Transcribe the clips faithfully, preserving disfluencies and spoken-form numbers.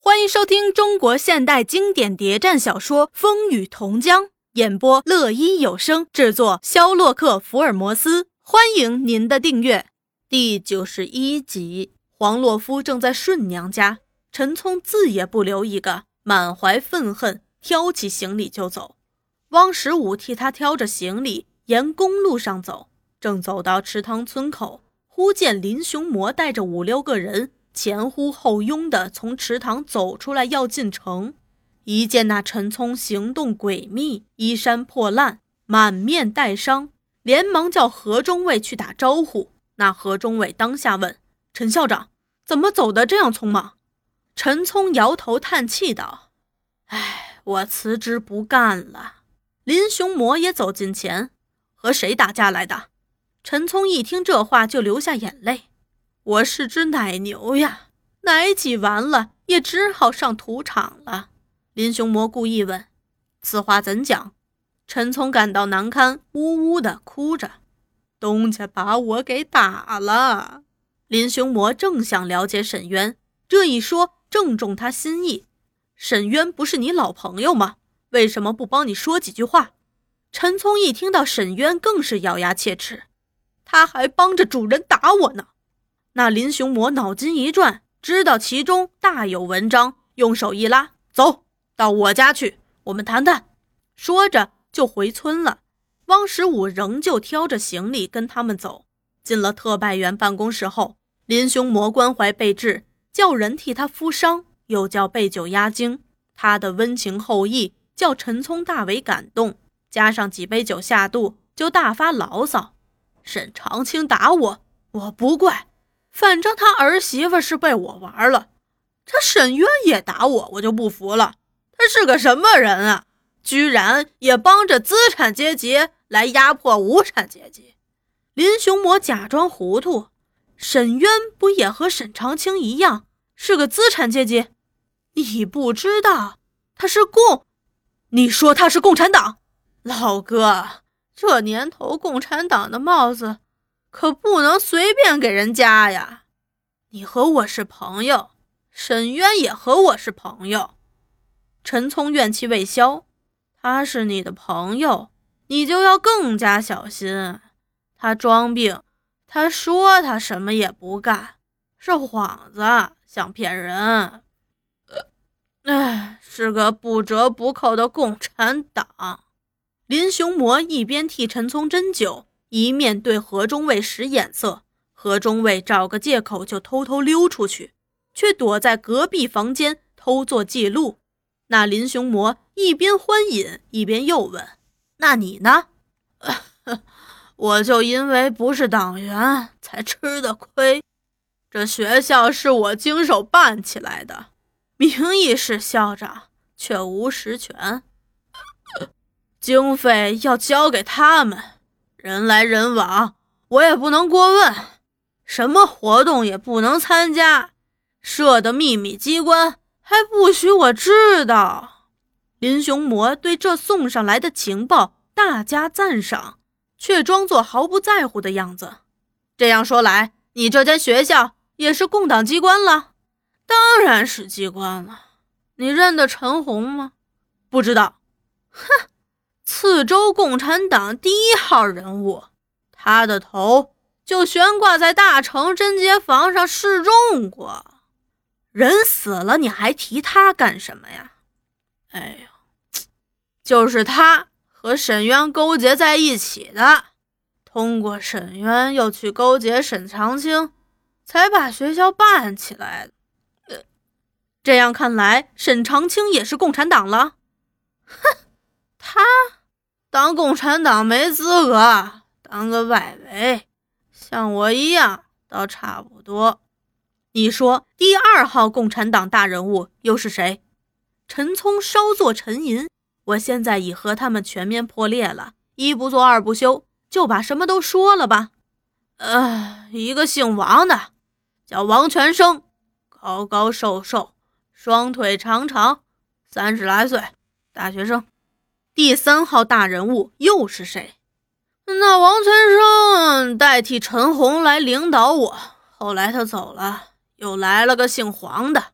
欢迎收听中国现代经典谍战小说《风雨同江》，演播乐一有声，制作肖洛克福尔摩斯。欢迎您的订阅。第九十一集，黄洛夫正在顺娘家，陈聪字也不留一个，满怀愤恨，挑起行李就走。汪十五替他挑着行李，沿公路上走，正走到池塘村口，忽见林雄模带着五六个人前呼后拥地从池塘走出来要进城。一见那陈聪行动诡秘，衣衫破烂，满面带伤，连忙叫何中尉去打招呼。那何中尉当下问：陈校长，怎么走得这样匆忙？陈聪摇头叹气道：唉，我辞职不干了。林雄模也走近前：和谁打架来的？陈聪一听这话就流下眼泪：我是只奶牛呀，奶挤完了也只好上屠场了。林雄模故意问：此话怎讲？陈聪感到难堪，呜呜地哭着：东家把我给打了。林雄模正想了解沈渊，这一说正中他心意。沈渊不是你老朋友吗？为什么不帮你说几句话？陈聪一听到沈渊更是咬牙切齿，他还帮着主人打我呢。那林雄模脑筋一转，知道其中大有文章，用手一拉：走，到我家去，我们谈谈。说着就回村了。汪十五仍旧挑着行李跟他们走。进了特派员办公室后，林雄模关怀备至，叫人替他敷伤，又叫备酒压惊。他的温情厚意叫陈聪大为感动，加上几杯酒下肚，就大发牢骚：沈长青打我，我不怪，反正他儿媳妇是被我玩了。这沈渊也打我，我就不服了。他是个什么人啊？居然也帮着资产阶级来压迫无产阶级。林雄模假装糊涂：沈渊不也和沈长青一样是个资产阶级？你不知道他是共……你说他是共产党？老哥，这年头共产党的帽子可不能随便给人加呀。你和我是朋友，沈渊也和我是朋友。陈聪怨气未消：他是你的朋友，你就要更加小心。他装病，他说他什么也不干，是幌子，想骗人。唉，是个不折不扣的共产党。林雄模一边替陈聪斟酒，一面对何中尉使眼色。何中尉找个借口就偷偷溜出去，却躲在隔壁房间偷做记录。那林雄模一边欢饮，一边又问：那你呢？我就因为不是党员才吃的亏。这学校是我经手办起来的，名义是校长，却无实权。经费要交给他们，人来人往，我也不能过问，什么活动也不能参加，设的秘密机关还不许我知道。林雄模对这送上来的情报大加赞赏，却装作毫不在乎的样子。这样说来，你这间学校也是共党机关了？当然是机关了。你认得陈红吗？不知道。哼，次州共产党第一号人物，他的头就悬挂在大成贞节房上示众过。人死了你还提他干什么呀？哎呦，就是他和沈渊勾结在一起的，通过沈渊又去勾结沈长青，才把学校办起来的。呃，这样看来沈长青也是共产党了？哼，他当共产党没资格，当个外围，像我一样倒差不多。你说第二号共产党大人物又是谁？陈聪稍作沉吟：我现在已和他们全面破裂了，一不做二不休，就把什么都说了吧。呃，一个姓王的，叫王全生，高高瘦瘦，双腿长长，三十来岁，大学生。第三号大人物又是谁？那王全生代替陈红来领导我，后来他走了，又来了个姓黄的，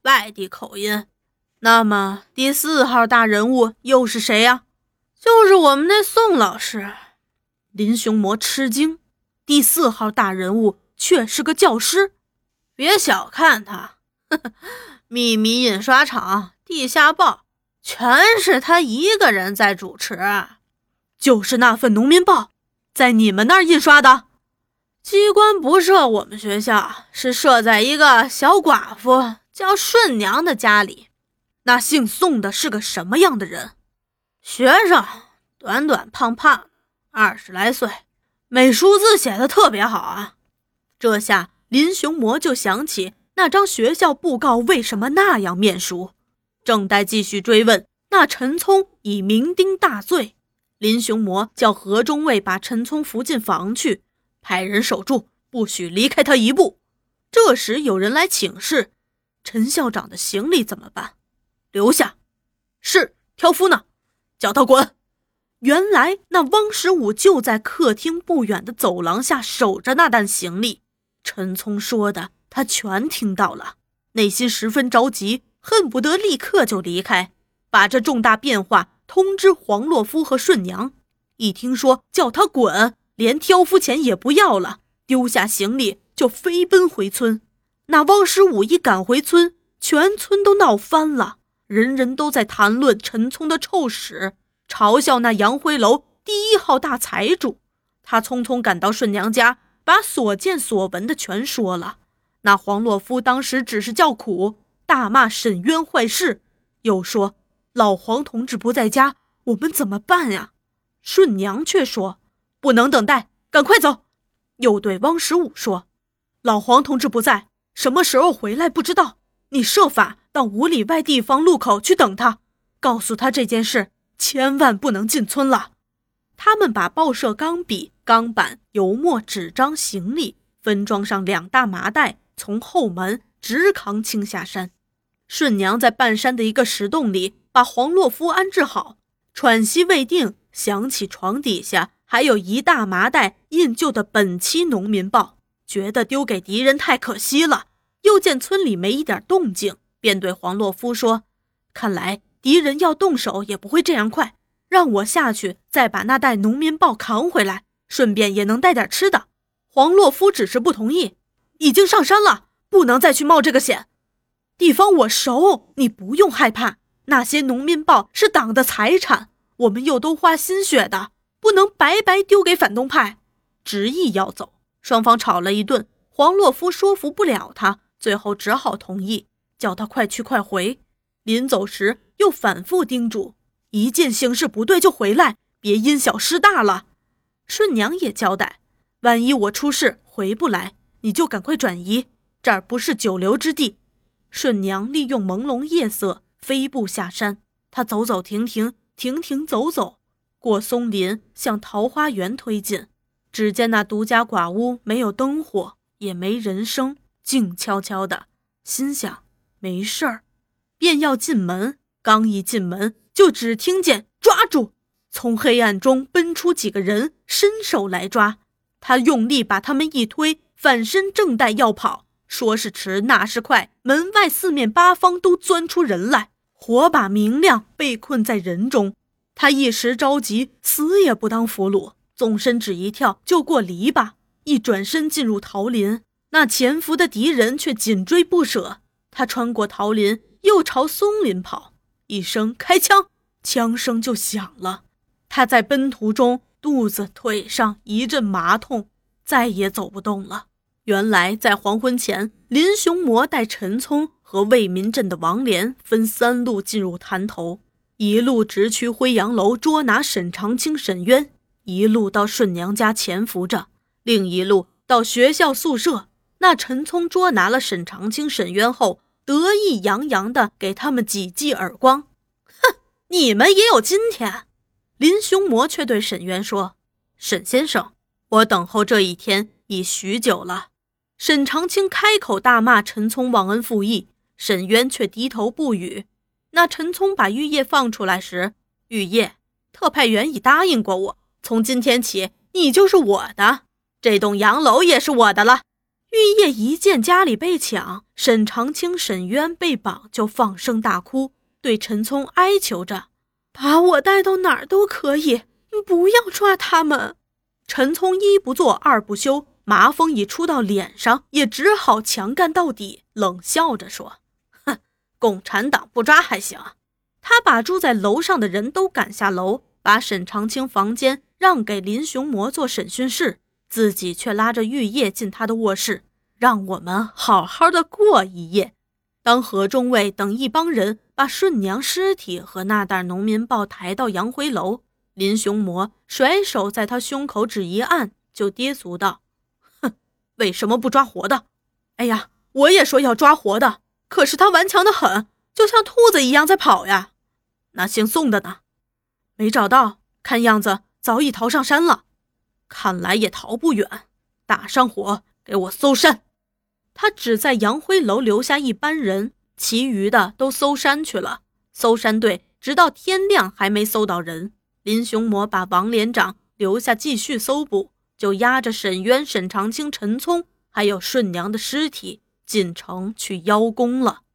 外地口音。那么第四号大人物又是谁呀？就是我们那宋老师。林雄魔吃惊，第四号大人物却是个教师。别小看他，呵呵，秘密印刷厂、地下报，全是他一个人在主持。就是那份农民报，在你们那儿印刷的？机关不设我们学校，是设在一个小寡妇叫顺娘的家里。那姓宋的是个什么样的人？学生，短短胖胖，二十来岁，美术字写得特别好啊。这下林雄魔就想起那张学校布告为什么那样面熟。正待继续追问，那陈聪已酩酊大醉。林雄魔叫何中尉把陈聪扶进房去，派人守住，不许离开他一步。这时有人来请示，陈校长的行李怎么办？留下。是，挑夫呢？叫他滚。原来那汪十五就在客厅不远的走廊下守着那担行李。陈聪说的他全听到了，内心十分着急，恨不得立刻就离开，把这重大变化通知黄洛夫和顺娘。一听说叫他滚，连挑夫钱也不要了，丢下行李就飞奔回村。那汪十五一赶回村，全村都闹翻了，人人都在谈论陈聪的臭屎，嘲笑那杨辉楼第一号大财主。他匆匆赶到顺娘家，把所见所闻的全说了。那黄洛夫当时只是叫苦，大骂沈渊坏事，又说老黄同志不在家，我们怎么办呀？顺娘却说不能等待，赶快走。又对汪十五说，老黄同志不在，什么时候回来不知道，你设法到五里外地方路口去等他，告诉他这件事，千万不能进村了。他们把报社钢笔、钢板、油墨、纸张、行李分装上两大麻袋，从后门直扛青下山。顺娘在半山的一个石洞里把黄洛夫安置好，喘息未定，想起床底下还有一大麻袋印就的本期农民报，觉得丢给敌人太可惜了，又见村里没一点动静，便对黄洛夫说，看来敌人要动手也不会这样快，让我下去再把那袋农民报扛回来，顺便也能带点吃的。黄洛夫只是不同意，已经上山了，不能再去冒这个险。地方我熟，你不用害怕，那些农民报是党的财产，我们又都花心血的，不能白白丢给反动派。执意要走，双方吵了一顿，黄洛夫说服不了他，最后只好同意，叫他快去快回。临走时又反复叮嘱，一见形势不对就回来，别因小失大了。顺娘也交代，万一我出事回不来，你就赶快转移，这儿不是久留之地。顺娘利用朦胧夜色飞步下山，她走走停停，停停走走，过松林向桃花源推进。只见那独家寡屋没有灯火，也没人声，静悄悄的，心想没事儿，便要进门。刚一进门，就只听见抓住，从黑暗中奔出几个人，伸手来抓。他用力把他们一推，反身正待要跑，说是迟那是快，门外四面八方都钻出人来，火把明亮，被困在人中。他一时着急，死也不当俘虏，纵身只一跳就过篱笆，一转身进入桃林。那潜伏的敌人却紧追不舍，他穿过桃林，又朝松林跑，一声开枪，枪声就响了。他在奔途中肚子腿上一阵麻痛，再也走不动了。原来在黄昏前，林雄魔带陈聪和为民镇的王连分三路进入潭头，一路直趋辉阳楼捉拿沈长清、沈渊，一路到顺娘家潜伏着，另一路到学校宿舍。那陈聪捉拿了沈长清、沈渊后，得意洋洋地给他们几记耳光。哼，你们也有今天。林雄魔却对沈渊说，沈先生，我等候这一天已许久了。沈长清开口大骂陈聪忘恩负义，沈渊却低头不语。那陈聪把玉叶放出来时，玉叶，特派员已答应过我，从今天起你就是我的，这栋洋楼也是我的了。 玉叶一见家里被抢，沈长清、沈渊被绑，就放声大哭，对陈聪哀求着：把我带到哪儿都可以，不要抓他们。陈聪一不做二不休，麻风一出到脸上，也只好强干到底，冷笑着说：哼，共产党不抓还行。他把住在楼上的人都赶下楼，把沈长清房间让给林雄模做审讯室，自己却拉着玉叶进他的卧室，让我们好好的过一夜。当何中尉等一帮人把顺娘尸体和那袋农民报抬到杨辉楼，林雄模甩手在他胸口只一按，就跌足道：哼，为什么不抓活的？哎呀，我也说要抓活的，可是他顽强得很，就像兔子一样在跑呀。那姓宋的呢？没找到，看样子早已逃上山了。看来也逃不远，打上火，给我搜山。他只在杨辉楼留下一班人，其余的都搜山去了。搜山队直到天亮还没搜到人。林雄模把王连长留下继续搜捕，就押着沈渊、沈长清、陈聪还有顺娘的尸体进城去邀功了。